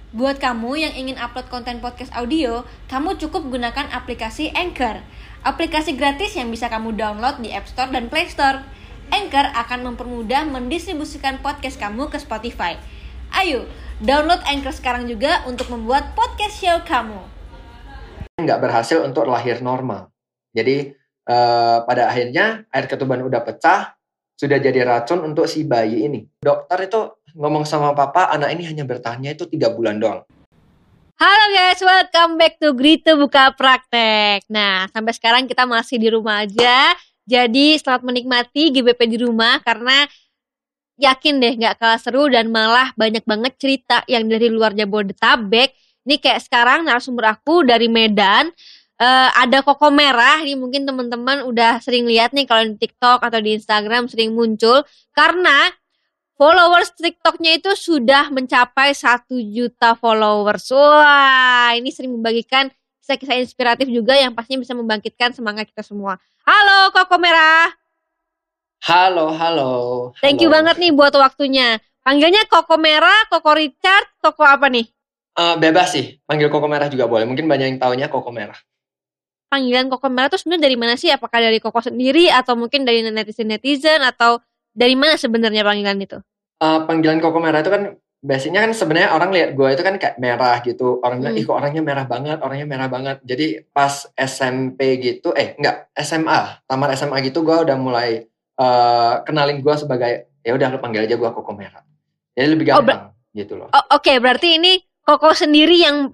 Buat kamu yang ingin upload konten podcast audio, kamu cukup gunakan aplikasi Anchor. Aplikasi gratis yang bisa kamu download di App Store dan Play Store. Anchor akan mempermudah mendistribusikan podcast kamu ke Spotify. Ayo, download Anchor sekarang juga untuk membuat podcast show kamu. Nggak berhasil untuk lahir normal. Jadi pada akhirnya air ketuban udah pecah, sudah jadi racun untuk si bayi ini. Dokter itu ngomong sama papa, anak ini hanya bertahannya itu 3 bulan doang. Halo guys, welcome back to Grito Buka Praktek. Nah, sampai sekarang kita masih di rumah aja. Jadi selamat menikmati GBP di rumah karena yakin deh gak kalah seru dan malah banyak banget cerita yang dari luar Jabodetabek. Ini kayak sekarang narasumber aku dari Medan. Ada Koko Merah, ini mungkin teman-teman udah sering lihat nih kalau di TikTok atau di Instagram sering muncul. Karena followers TikToknya itu sudah mencapai 1 juta followers. Wah, ini sering membagikan kisah-kisah inspiratif juga yang pastinya bisa membangkitkan semangat kita semua. Halo Koko Merah. Halo. Thank you banget nih buat waktunya. Panggilnya Koko Merah, Koko Richard, Koko apa nih? Bebas sih, panggil Koko Merah juga boleh. Mungkin banyak yang taunya Koko Merah. Panggilan Koko Merah itu sebenarnya dari mana sih? Apakah dari Koko sendiri atau mungkin dari netizen atau dari mana sebenarnya panggilan itu? Panggilan Koko Merah itu kan biasanya kan sebenarnya orang lihat gue itu kan kayak merah gitu. Orang bilang, ih kok orangnya merah banget. Jadi pas SMP gitu, SMA, tamat SMA gitu gue udah mulai kenalin gue sebagai, ya udah lu panggil aja gue Koko Merah. Jadi lebih gampang gitu loh. Oke, berarti ini Koko sendiri yang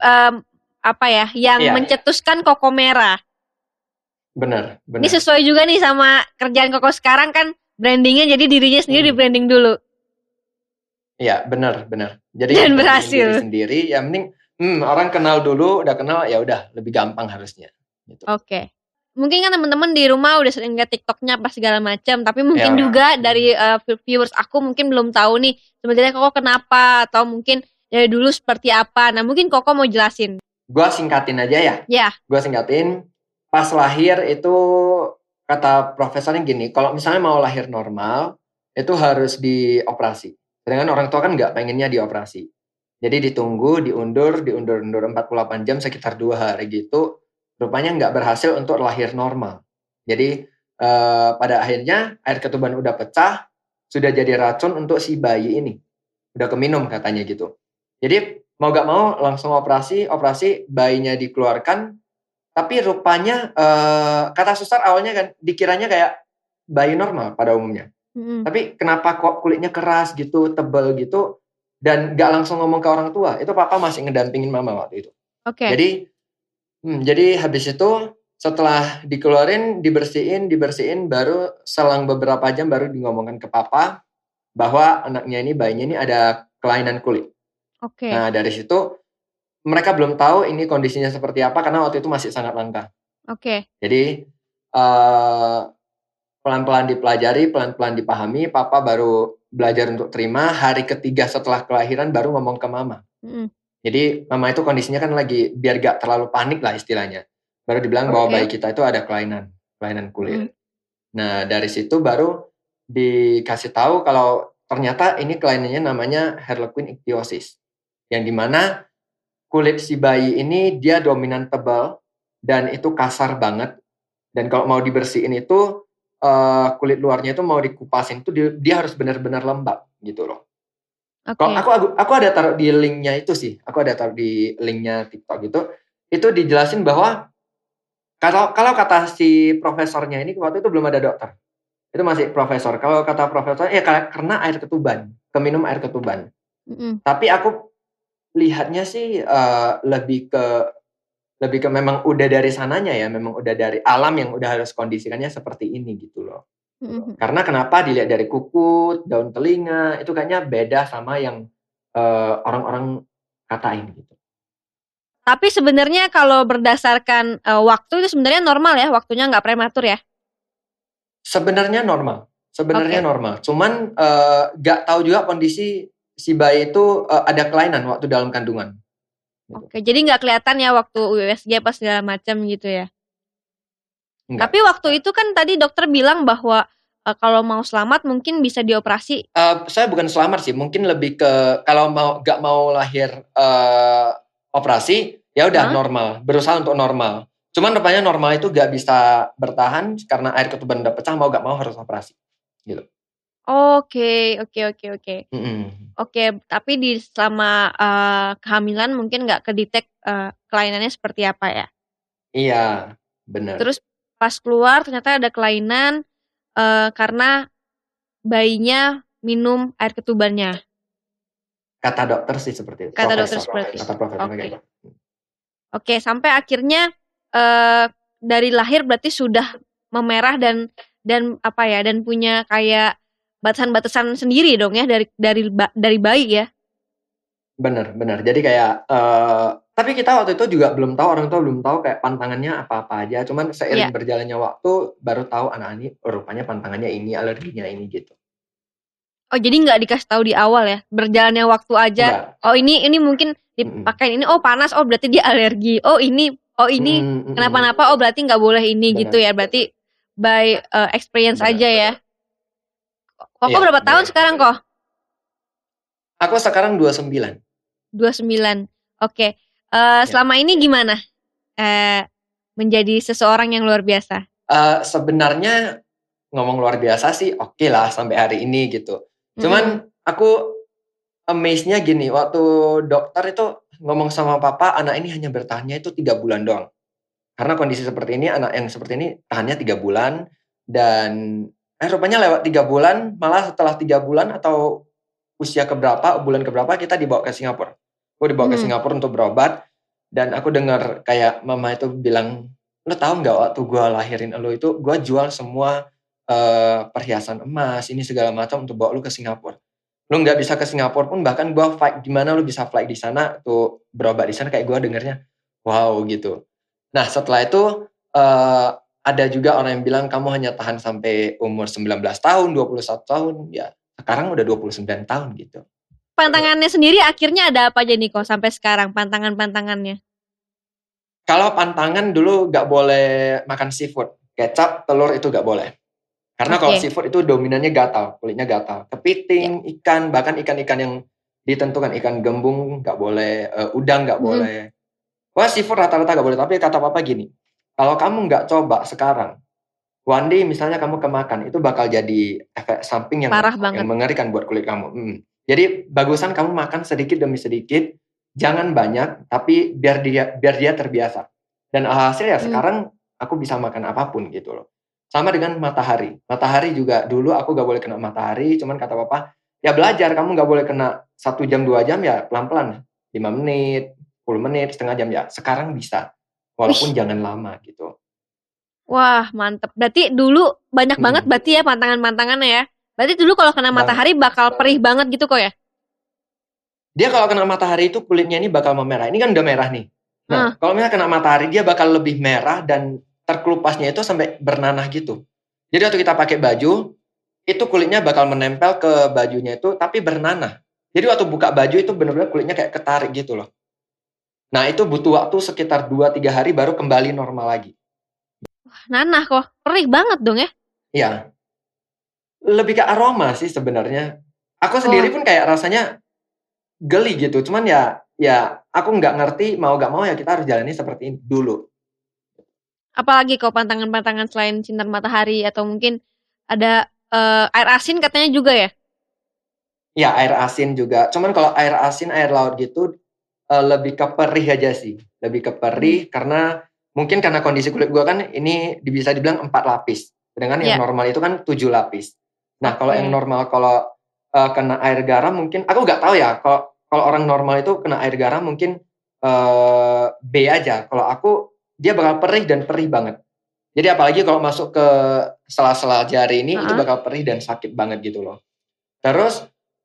mencetuskan Koko Merah. Benar. Ini sesuai juga nih sama kerjaan Koko sekarang kan, brandingnya jadi dirinya sendiri di branding dulu. Iya, benar. Jadi dan berhasil diri sendiri, yang penting orang kenal dulu, udah kenal ya udah lebih gampang harusnya. Gitu. Oke. Mungkin kan teman-teman di rumah udah sering lihat TikToknya apa segala macam, tapi mungkin juga dari viewers aku mungkin belum tahu nih sebenarnya Koko kenapa atau mungkin dari dulu seperti apa. Nah mungkin Koko mau jelasin. Gua singkatin aja ya. Ya. Gua singkatin. Pas lahir itu kata profesornya gini, kalau misalnya mau lahir normal itu harus dioperasi. Sedangkan orang tua kan nggak pengennya dioperasi. Jadi ditunggu, diundur 48 jam sekitar 2 hari gitu. Rupanya nggak berhasil untuk lahir normal. Jadi pada akhirnya air ketuban udah pecah, sudah jadi racun untuk si bayi ini. Udah keminum katanya gitu. Jadi mau nggak mau langsung operasi bayinya dikeluarkan. Tapi rupanya kata suster awalnya kan dikiranya kayak bayi normal pada umumnya. Tapi kenapa kok kulitnya keras gitu, tebal gitu, dan gak langsung ngomong ke orang tua. Itu papa masih ngedampingin mama waktu itu. Oke. Jadi habis itu setelah dikeluarin, dibersihin, baru selang beberapa jam baru ngomongkan ke papa bahwa anaknya ini, bayinya ini ada kelainan kulit. Oke. Nah dari situ mereka belum tahu ini kondisinya seperti apa karena waktu itu masih sangat langka. Oke. Jadi pelan-pelan dipelajari, pelan-pelan dipahami, papa baru belajar untuk terima, hari ketiga setelah kelahiran baru ngomong ke mama. Jadi mama itu kondisinya kan lagi, biar gak terlalu panik lah istilahnya. Baru dibilang bahwa bayi kita itu ada kelainan kulit. Nah dari situ baru dikasih tahu kalau ternyata ini kelainannya namanya Harlequin ichthyosis. Yang dimana kulit si bayi ini dia dominan tebal dan itu kasar banget. Dan kalau mau dibersihin itu kulit luarnya itu mau dikupasin itu dia harus benar-benar lembab gitu loh. Okay. Kalau aku ada taruh di linknya itu sih, aku ada taruh di linknya TikTok gitu. Itu dijelasin bahwa kalau kata si profesornya ini waktu itu belum ada dokter, itu masih profesor. Kalau kata profesor karena air ketuban, keminum air ketuban. Tapi aku lihatnya sih lebih ke memang udah dari sananya ya, memang udah dari alam yang udah harus kondisikannya seperti ini gitu loh. Karena kenapa dilihat dari kuku, daun telinga, itu kayaknya beda sama yang orang-orang katain gitu. Tapi sebenarnya kalau berdasarkan waktu itu sebenarnya normal ya, waktunya nggak prematur ya? Sebenarnya normal. Normal. Cuman nggak tahu juga kondisi si bayi itu ada kelainan waktu dalam kandungan. Gitu. Oke, jadi nggak kelihatan ya waktu USG pas segala macam gitu ya? Enggak. Tapi waktu itu kan tadi dokter bilang bahwa kalau mau selamat mungkin bisa dioperasi? Saya bukan selamat sih, mungkin lebih ke kalau nggak mau lahir operasi, ya udah normal, berusaha untuk normal. Cuman rupanya normal itu nggak bisa bertahan karena air ketuban udah pecah, mau nggak mau harus operasi, gitu. Oke. Mm-mm. Oke, tapi selama kehamilan mungkin nggak kedetek kelainannya seperti apa ya? Iya, benar. Terus pas keluar ternyata ada kelainan karena bayinya minum air ketubannya. Kata dokter sih seperti itu. Kata dokter seperti Kata itu. profesor Oke. kayak gitu. Oke, sampai akhirnya dari lahir berarti sudah memerah dan apa ya, dan punya kayak batasan-batasan sendiri dong ya dari bayi ya. Bener. Jadi kayak tapi kita waktu itu juga belum tahu, orang tua belum tahu kayak pantangannya apa-apa aja. Cuman seiring berjalannya waktu baru tahu anak ini rupanya pantangannya ini, alerginya ini gitu. Oh, jadi nggak dikasih tahu di awal ya? Berjalannya waktu aja. Enggak. Oh, ini mungkin dipakai ini. Oh, panas. Oh, berarti dia alergi. Oh, ini kenapa-napa. Oh, berarti nggak boleh ini. Bener. Gitu ya. Berarti by experience aja ya. Kok berapa tahun sekarang kok? Aku sekarang 29. 29. Oke. Selama ini gimana? Menjadi seseorang yang luar biasa. Sebenarnya ngomong luar biasa sih oke lah sampai hari ini gitu. Cuman aku amaze-nya gini, waktu dokter itu ngomong sama papa, anak ini hanya bertahannya itu 3 bulan doang. Karena kondisi seperti ini, anak yang seperti ini tahannya 3 bulan dan rupanya lewat 3 bulan, malah setelah 3 bulan atau usia bulan keberapa kita dibawa ke Singapura. Aku dibawa ke Singapura untuk berobat dan aku dengar kayak mama itu bilang, "Lo tahu nggak waktu gue lahirin lo itu gue jual semua perhiasan emas ini segala macam untuk bawa lo ke Singapura. Lo nggak bisa ke Singapura pun bahkan gue fight gimana lo bisa flight di sana tuh berobat di sana." Kayak gue dengarnya wow gitu. Nah setelah itu ada juga orang yang bilang kamu hanya tahan sampai umur 19 tahun, 21 tahun, ya sekarang udah 29 tahun gitu. Pantangannya sendiri akhirnya ada apa aja nih kok sampai sekarang pantangannya? Kalau pantangan dulu nggak boleh makan seafood, kecap, telur itu nggak boleh. Karena kalau seafood itu dominannya gatal, kulitnya gatal. Kepiting, ikan, bahkan ikan-ikan yang ditentukan, ikan gembung nggak boleh, udang nggak boleh. Wah seafood rata-rata nggak boleh, tapi kata papa gini, kalau kamu nggak coba sekarang, one day misalnya kamu kemakan, itu bakal jadi efek samping yang mengerikan buat kulit kamu. Jadi bagusan kamu makan sedikit demi sedikit, jangan banyak, tapi biar dia terbiasa. Dan alhasil ya sekarang aku bisa makan apapun gitu loh. Sama dengan matahari. Matahari juga dulu aku gak boleh kena matahari, cuman kata papa, ya belajar, kamu gak boleh kena 1 jam 2 jam ya pelan-pelan. 5 menit, 10 menit, setengah jam ya. Sekarang bisa. Walaupun jangan lama gitu. Wah mantep. Berarti dulu banyak banget berarti ya pantangannya ya. Berarti dulu kalau kena matahari bakal perih banget gitu kok ya? Dia kalau kena matahari itu kulitnya ini bakal memerah. Ini kan udah merah nih. Nah, kalau misalnya kena matahari dia bakal lebih merah dan terkelupasnya itu sampai bernanah gitu. Jadi waktu kita pakai baju, itu kulitnya bakal menempel ke bajunya itu tapi bernanah. Jadi waktu buka baju itu benar-benar kulitnya kayak ketarik gitu loh. Nah, itu butuh waktu sekitar 2-3 hari baru kembali normal lagi. Wah, nanah kok. Perih banget dong ya? Iya. Lebih ke aroma sih sebenarnya. Aku sendiri pun kayak rasanya geli gitu. Cuman ya aku nggak ngerti, mau nggak mau ya kita harus jalani seperti ini dulu. Apalagi kok pantangan-pantangan selain sinar matahari atau mungkin ada air asin katanya juga ya? Ya air asin juga. Cuman kalau air asin, air laut gitu lebih ke perih aja sih. Lebih ke perih karena mungkin karena kondisi kulit gue kan ini bisa dibilang 4 lapis. Sedangkan yang normal itu kan 7 lapis. Nah kalau yang normal kalau kena air garam mungkin, aku nggak tahu ya. Kalau orang normal itu kena air garam mungkin B aja. Kalau aku dia bakal perih dan perih banget. Jadi apalagi kalau masuk ke sela-sela jari ini itu bakal perih dan sakit banget gitu loh. Terus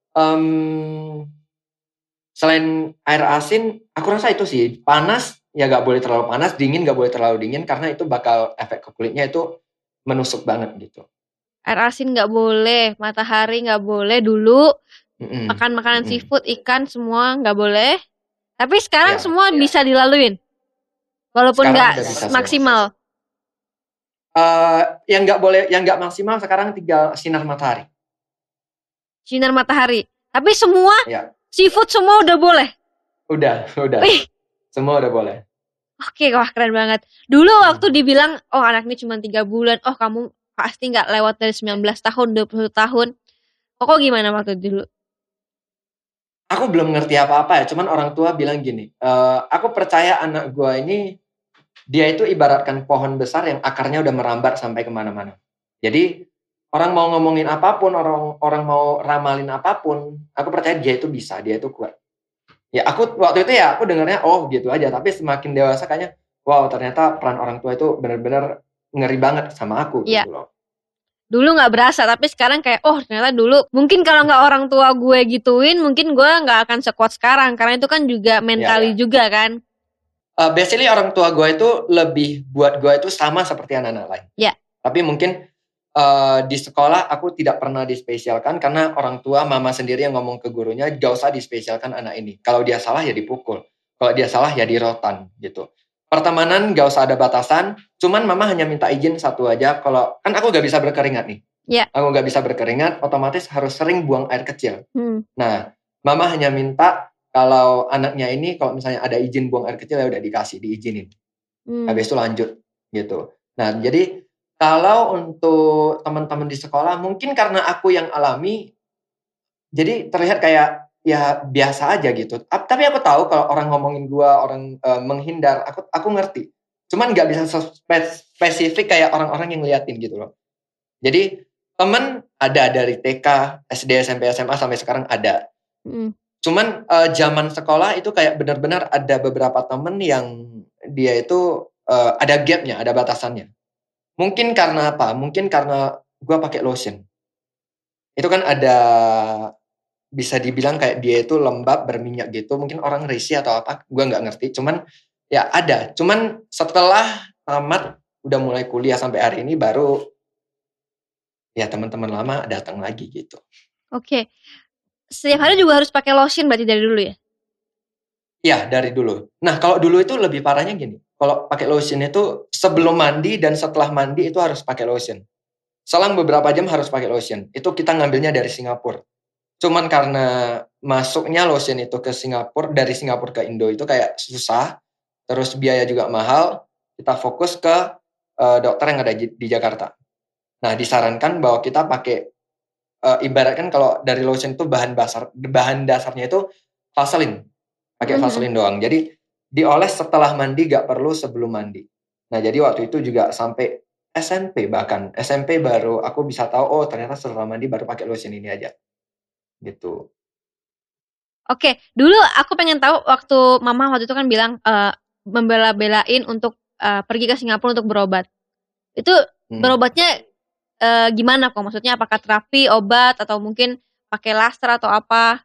selain air asin, aku rasa itu sih. Panas ya nggak boleh terlalu panas, dingin nggak boleh terlalu dingin karena itu bakal efek ke kulitnya itu menusuk banget gitu. Air asin nggak boleh, matahari nggak boleh dulu. Makan makanan seafood, ikan semua nggak boleh. Tapi sekarang semua bisa dilaluin, walaupun nggak maksimal. Yang nggak boleh, yang nggak maksimal sekarang tinggal sinar matahari. Sinar matahari. Tapi semua Ya. seafood semua udah boleh? Udah. Wih. Semua udah boleh. Oke, wah keren banget. Dulu waktu dibilang, oh anak ini cuma 3 bulan, oh kamu pasti nggak lewat dari 19 tahun, 20 tahun. Koko gimana waktu dulu? Aku belum ngerti apa-apa ya, cuman orang tua bilang gini, aku percaya anak gua ini, dia itu ibaratkan pohon besar yang akarnya udah merambat sampai kemana-mana. Jadi, orang mau ngomongin apapun, orang mau ramalin apapun, aku percaya dia itu bisa, dia itu kuat. Ya aku waktu itu ya aku dengarnya oh gitu aja, tapi semakin dewasa kayaknya, wow ternyata peran orang tua itu benar-benar ngeri banget sama aku Iya. gitu loh. Dulu nggak berasa, tapi sekarang kayak, oh ternyata dulu mungkin kalau nggak orang tua gue gituin, mungkin gue nggak akan sekuat sekarang, karena itu kan juga mentally juga kan. Basically orang tua gue itu lebih buat gue itu sama seperti anak-anak lain. Iya. Tapi mungkin di sekolah aku tidak pernah dispesialkan karena orang tua mama sendiri yang ngomong ke gurunya gak usah dispesialkan anak ini. Kalau dia salah ya dipukul, kalau dia salah ya dirotan gitu. Pertemanan gak usah ada batasan, cuman mama hanya minta izin satu aja, kalau kan aku gak bisa berkeringat nih. Iya. Aku gak bisa berkeringat, otomatis harus sering buang air kecil. Nah, mama hanya minta kalau anaknya ini kalau misalnya ada izin buang air kecil ya udah dikasih, diizinin. Habis itu lanjut gitu. Nah, jadi kalau untuk teman-teman di sekolah mungkin karena aku yang alami, jadi terlihat kayak ya biasa aja gitu. Tapi aku tahu kalau orang ngomongin gua, orang menghindar, aku ngerti. Cuman nggak bisa spesifik kayak orang-orang yang ngeliatin gitu loh. Jadi temen ada dari TK, SD, SMP, SMA sampai sekarang ada. Cuman zaman sekolah itu kayak benar-benar ada beberapa temen yang dia itu ada gapnya, ada batasannya. Mungkin karena apa? Mungkin karena gue pakai lotion. Itu kan ada, bisa dibilang kayak dia itu lembab berminyak gitu. Mungkin orang risih atau apa, gue nggak ngerti. Cuman ya ada. Cuman setelah tamat, udah mulai kuliah sampai hari ini baru ya teman-teman lama datang lagi gitu. Oke. Setiap hari juga harus pakai lotion berarti dari dulu ya? Ya dari dulu. Nah kalau dulu itu lebih parahnya gini. Kalau pakai lotion itu sebelum mandi dan setelah mandi itu harus pakai lotion. Selang beberapa jam harus pakai lotion. Itu kita ngambilnya dari Singapura. Cuman karena masuknya lotion itu ke Singapura, dari Singapura ke Indo itu kayak susah, terus biaya juga mahal, kita fokus ke dokter yang ada di Jakarta. Nah, disarankan bahwa kita pakai, ibaratkan kalau dari lotion itu bahan dasarnya itu Vaseline, pakai Vaseline doang. Jadi dioles setelah mandi, gak perlu sebelum mandi. Nah, jadi waktu itu juga sampai SMP bahkan, SMP baru aku bisa tahu, oh ternyata setelah mandi baru pakai lotion ini aja. Gitu. Oke, dulu aku pengen tahu waktu mama waktu itu kan bilang membela-belain untuk pergi ke Singapura untuk berobat. Itu berobatnya gimana kok? Maksudnya apakah terapi, obat, atau mungkin pakai laser atau apa?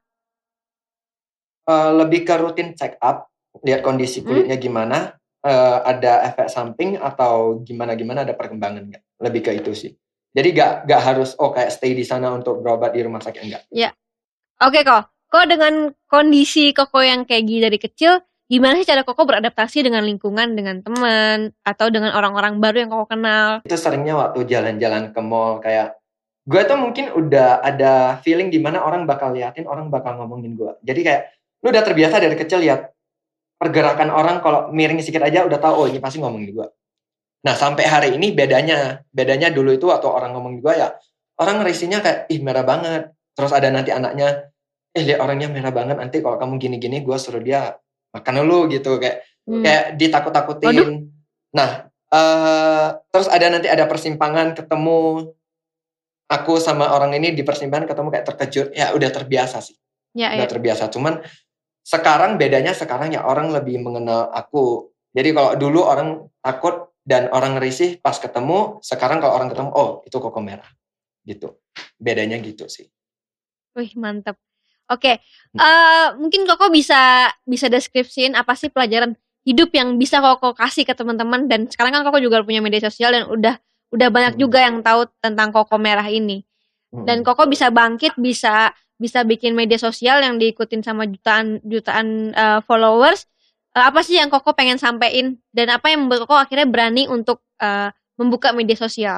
Lebih ke rutin check up, lihat kondisi kulitnya gimana, ada efek samping atau gimana-gimana, ada perkembangan nggak? Lebih ke itu sih. Jadi nggak harus kayak stay di sana untuk berobat di rumah sakit, enggak. Ya. Oke kok. Kok dengan kondisi Koko yang kayak gini dari kecil, gimana sih cara Koko beradaptasi dengan lingkungan, dengan teman, atau dengan orang-orang baru yang Koko kenal? Itu seringnya waktu jalan-jalan ke mall, kayak gue tuh mungkin udah ada feeling di mana orang bakal liatin, orang bakal ngomongin gue. Jadi kayak lu udah terbiasa dari kecil lihat pergerakan orang, kalau miring sedikit aja udah tahu, oh ini pasti ngomongin gue. Nah sampai hari ini bedanya dulu itu waktu orang ngomongin gue ya, orang risihnya kayak, ih merah banget. Terus ada nanti anaknya, lihat orangnya merah banget, nanti kalau kamu gini-gini gue suruh dia makan dulu gitu, kayak ditakut-takutin. Nah terus nanti ada persimpangan, ketemu aku sama orang ini di persimpangan, ketemu kayak terkejut, ya udah terbiasa sih. Udah terbiasa. Cuman bedanya sekarang ya orang lebih mengenal aku. Jadi kalau dulu orang takut dan orang risih pas ketemu, sekarang kalau orang ketemu, oh itu Koko merah gitu. Bedanya gitu sih. Wih mantap. Oke, mungkin Koko bisa deskripsiin apa sih pelajaran hidup yang bisa Koko kasih ke teman-teman, dan sekarang kan Koko juga punya media sosial dan udah banyak juga yang tahu tentang Koko merah ini. Dan Koko bisa bangkit, bisa bikin media sosial yang diikutin sama jutaan followers. Apa sih yang Koko pengen sampein, dan apa yang membuat Koko akhirnya berani untuk membuka media sosial?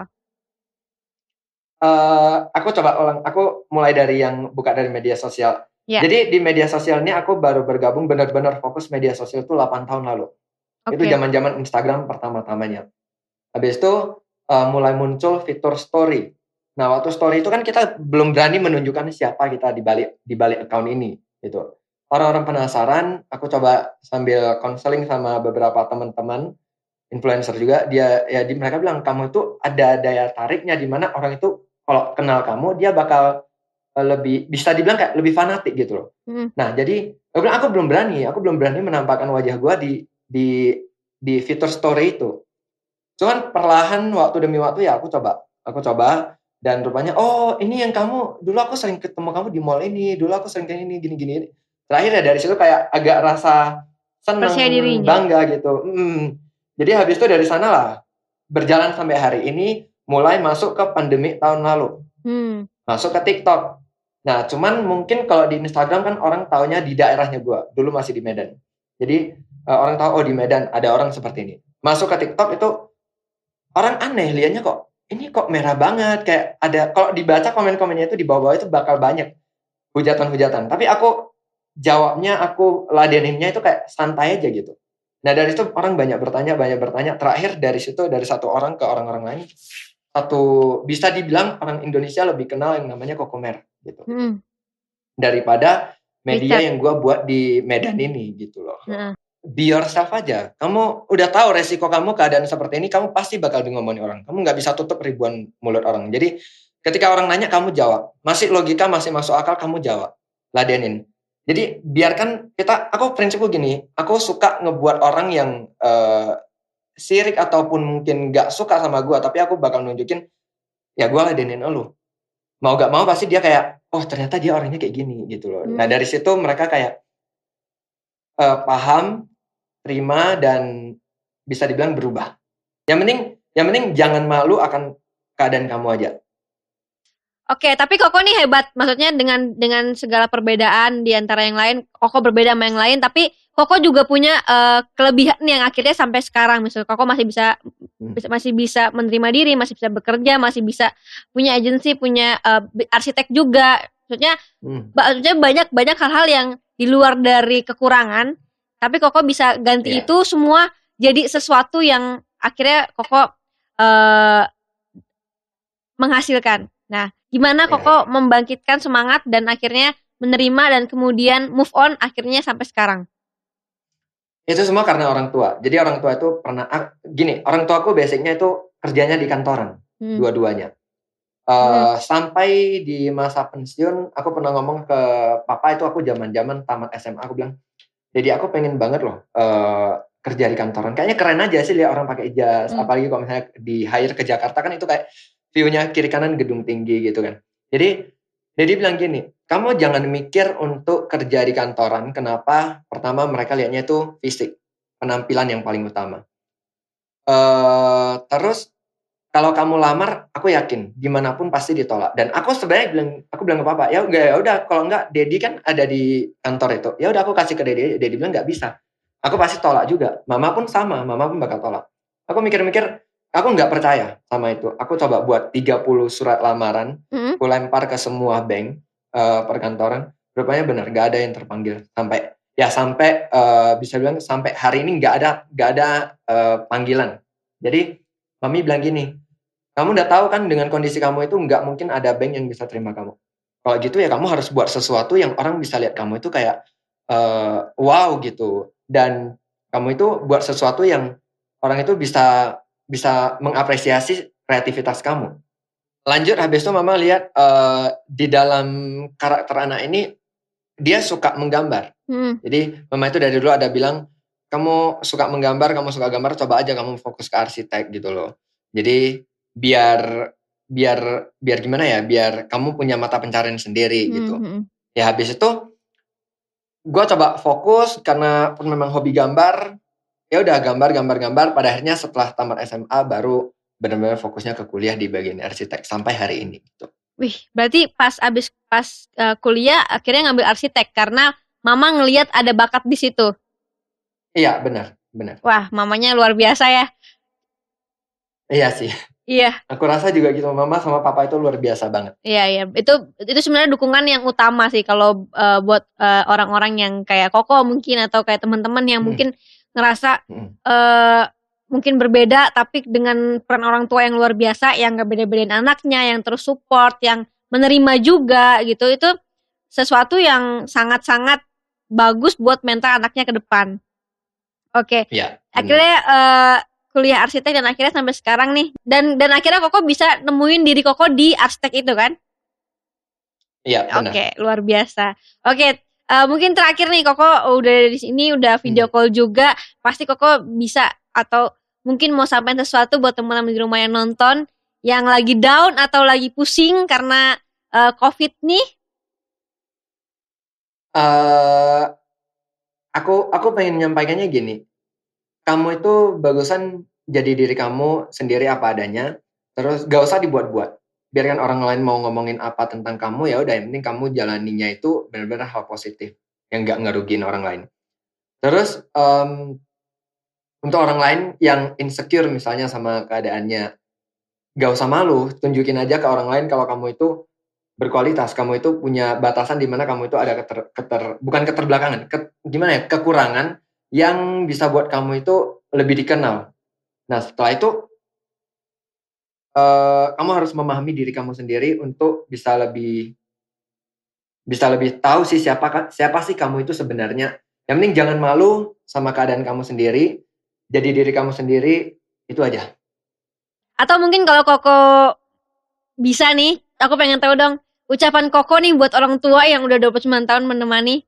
Aku mulai dari yang buka dari media sosial. Yeah. Jadi di media sosial ini aku baru bergabung benar-benar fokus media sosial itu 8 tahun lalu. Itu zaman-zaman Instagram pertama-tamanya. Habis itu mulai muncul fitur story. Nah, waktu story itu kan kita belum berani menunjukkan siapa kita di balik account ini gitu. Orang-orang penasaran, aku coba sambil konseling sama beberapa teman-teman influencer juga, mereka bilang kamu itu ada daya tariknya di mana orang itu kalau kenal kamu dia bakal lebih, bisa dibilang kayak lebih fanatik gitu loh. Nah, jadi aku belum berani menampakkan wajah gue di fitur story itu. Cuman perlahan waktu demi waktu ya aku coba dan rupanya ini yang kamu dulu, aku sering ketemu kamu di mall ini, dulu aku sering kayak ini gini. Terakhir ya dari situ kayak agak rasa senang, bangga gitu. Jadi habis itu dari sana lah berjalan sampai hari ini, mulai masuk ke pandemi tahun lalu. Masuk ke TikTok. Nah, cuman mungkin kalau di Instagram kan orang taunya di daerahnya gue. Dulu masih di Medan. Jadi orang tahu di Medan ada orang seperti ini. Masuk ke TikTok itu orang aneh liatnya, kok ini kok merah banget, kayak ada, kalau dibaca komen-komennya itu di bawah-bawah itu bakal banyak hujatan-hujatan. Tapi aku jawabnya, aku ladeninnya itu kayak santai aja gitu. Nah, dari itu orang banyak bertanya. Terakhir dari situ, dari satu orang ke orang-orang lain, bisa dibilang orang Indonesia lebih kenal yang namanya Kokomer gitu. Daripada media yang gue buat di Medan ini gitu loh. Be yourself aja. Kamu udah tahu resiko kamu keadaan seperti ini, kamu pasti bakal ngomongin orang. Kamu nggak bisa tutup ribuan mulut orang. Jadi ketika orang nanya, kamu jawab. Masih logika, masih masuk akal, kamu jawab. Ladenin. Jadi biarkan aku prinsipku gini, aku suka ngebuat orang yang sirik ataupun mungkin gak suka sama gue, tapi aku bakal nunjukin, ya gue ladenin elu. Mau gak mau pasti dia kayak, ternyata dia orangnya kayak gini gitu loh. Nah dari situ mereka kayak paham, terima, dan bisa dibilang berubah. Yang penting jangan malu akan keadaan kamu aja. Oke, tapi Koko nih hebat, maksudnya dengan segala perbedaan di antara yang lain, Koko berbeda sama yang lain, tapi Koko juga punya kelebihan yang akhirnya sampai sekarang, misalnya Koko masih bisa menerima diri, masih bisa bekerja, masih bisa punya agensi, punya arsitek juga, maksudnya banyak hal-hal yang di luar dari kekurangan, tapi Koko bisa ganti itu semua jadi sesuatu yang akhirnya Koko menghasilkan. Nah, gimana Koko membangkitkan semangat dan akhirnya menerima dan kemudian move on akhirnya sampai sekarang? Itu semua karena orang tua. Jadi orang tua itu pernah gini, orang tuaku basicnya itu kerjanya di kantoran, dua-duanya. Sampai di masa pensiun, aku pernah ngomong ke papa itu, aku zaman-zaman tamat SMA, aku bilang, "Dedi, aku pengen banget loh kerja di kantoran. Kayaknya keren aja sih lihat orang pakai jas, apalagi kalau misalnya di hire ke Jakarta kan itu kayak view-nya kiri kanan gedung tinggi gitu kan." Jadi Dedi bilang gini, kamu jangan mikir untuk kerja di kantoran. Kenapa? Pertama, mereka lihatnya itu fisik, penampilan yang paling utama. Terus kalau kamu lamar, aku yakin gimana pun pasti ditolak. Dan aku sebenarnya bilang ke papa, ya udah kalau enggak, Dedi kan ada di kantor itu. Ya udah aku kasih ke Dedi. Dedi bilang nggak bisa. Aku pasti tolak juga. Mama pun sama, mama pun bakal tolak. Aku mikir-mikir, aku nggak percaya sama itu. Aku coba buat 30 surat lamaran, aku lempar ke semua bank, perkantoran. Rupanya benar, nggak ada yang terpanggil. Sampai bisa bilang sampai hari ini nggak ada panggilan. Jadi mami bilang gini, kamu udah tahu kan dengan kondisi kamu itu nggak mungkin ada bank yang bisa terima kamu. Kalau gitu ya kamu harus buat sesuatu yang orang bisa lihat kamu itu kayak wow gitu. Dan kamu itu buat sesuatu yang orang itu bisa mengapresiasi kreativitas kamu. Lanjut, habis itu mama lihat di dalam karakter anak ini dia suka menggambar. Jadi mama itu dari dulu ada bilang, kamu suka menggambar, kamu suka gambar, coba aja kamu fokus ke arsitek gitu loh. Jadi biar gimana ya, biar kamu punya mata pencarian sendiri gitu. Ya habis itu gue coba fokus karena memang hobi gambar. Ya udah gambar. Pada akhirnya setelah tamat SMA baru benar-benar fokusnya ke kuliah di bagian arsitek sampai hari ini gitu. Wih, berarti pas kuliah akhirnya ngambil arsitek karena mama ngelihat ada bakat di situ. Iya, benar. Wah, mamanya luar biasa ya. Iya sih. Iya. Aku rasa juga gitu, mama sama papa itu luar biasa banget. Iya. Itu sebenarnya dukungan yang utama sih kalau buat orang-orang yang kayak Koko mungkin atau kayak teman-teman yang mungkin ngerasa mungkin berbeda tapi dengan peran orang tua yang luar biasa yang gak beda-bedain anaknya, yang terus support, yang menerima juga gitu. Itu sesuatu yang sangat-sangat bagus buat mental anaknya ke depan. Oke. Iya. Akhirnya kuliah arsitek dan akhirnya sampai sekarang nih. Dan akhirnya Koko bisa nemuin diri Koko di arsitek itu kan? Iya, benar. Oke, luar biasa. Oke, mungkin terakhir nih Koko udah di sini udah video call juga, pasti Koko bisa atau mungkin mau sampaikan sesuatu buat teman-teman di rumah yang nonton yang lagi down atau lagi pusing karena COVID nih. Aku pengen menyampaikannya gini. Kamu itu bagusan jadi diri kamu sendiri apa adanya, terus gak usah dibuat-buat. Biarkan orang lain mau ngomongin apa tentang kamu, ya udah yang penting kamu jalaninya itu benar-benar hal positif yang gak ngerugiin orang lain. Terus untuk orang lain yang insecure misalnya sama keadaannya, gak usah malu, tunjukin aja ke orang lain kalau kamu itu berkualitas, kamu itu punya batasan di mana kamu itu ada bukan keterbelakangan, kekurangan yang bisa buat kamu itu lebih dikenal. Nah setelah itu kamu harus memahami diri kamu sendiri untuk bisa lebih tahu sih siapa sih kamu itu sebenarnya. Yang penting jangan malu sama keadaan kamu sendiri, jadi diri kamu sendiri, itu aja. Atau mungkin kalau Koko bisa nih, aku pengen tahu dong ucapan Koko nih buat orang tua yang udah 29 tahun menemani.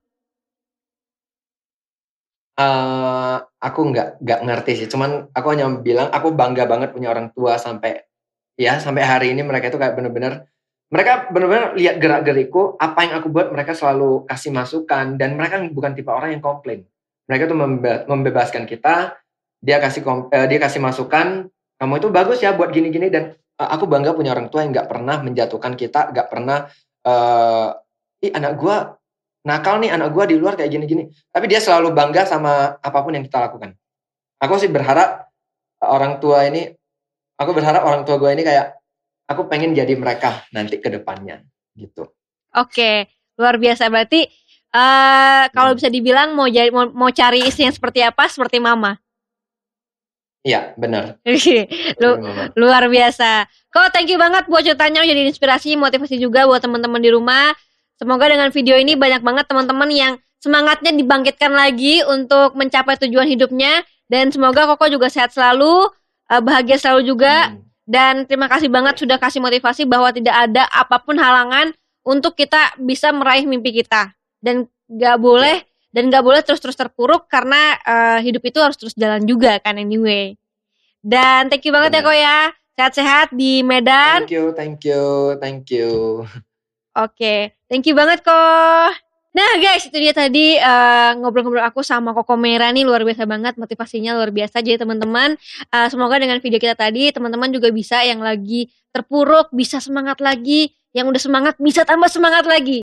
Aku nggak ngerti sih, cuman aku hanya bilang aku bangga banget punya orang tua sampai hari ini. Mereka itu kayak mereka bener-bener lihat gerak-geriku, apa yang aku buat mereka selalu kasih masukan, dan mereka bukan tipe orang yang komplain. Mereka tuh membebaskan kita, dia kasih masukan, kamu itu bagus ya buat gini-gini, dan aku bangga punya orang tua yang nggak pernah menjatuhkan kita, nggak pernah anak gua nakal nih, anak gua di luar kayak gini-gini. Tapi dia selalu bangga sama apapun yang kita lakukan. Aku sih berharap orang tua gue ini kayak, aku pengen jadi mereka nanti ke depannya gitu. Oke, luar biasa. Berarti kalau bisa dibilang mau cari istri yang seperti apa? Seperti mama. Iya, benar. Luar biasa. Kok thank you banget buat ceritanya, jadi inspirasi, motivasi juga buat teman-teman di rumah. Semoga dengan video ini banyak banget teman-teman yang semangatnya dibangkitkan lagi untuk mencapai tujuan hidupnya. Dan semoga Koko juga sehat selalu, bahagia selalu juga. Dan terima kasih banget sudah kasih motivasi bahwa tidak ada apapun halangan untuk kita bisa meraih mimpi kita. Dan gak boleh terus-terus terpuruk karena hidup itu harus terus jalan juga kan anyway. Dan thank you banget ya Ko ya. Sehat-sehat di Medan. Thank you. Oke, thank you banget Ko. Nah guys, itu dia tadi ngobrol-ngobrol aku sama Koko Mera nih, luar biasa banget, motivasinya luar biasa. Jadi teman-teman, semoga dengan video kita tadi teman-teman juga bisa yang lagi terpuruk bisa semangat lagi, yang udah semangat bisa tambah semangat lagi.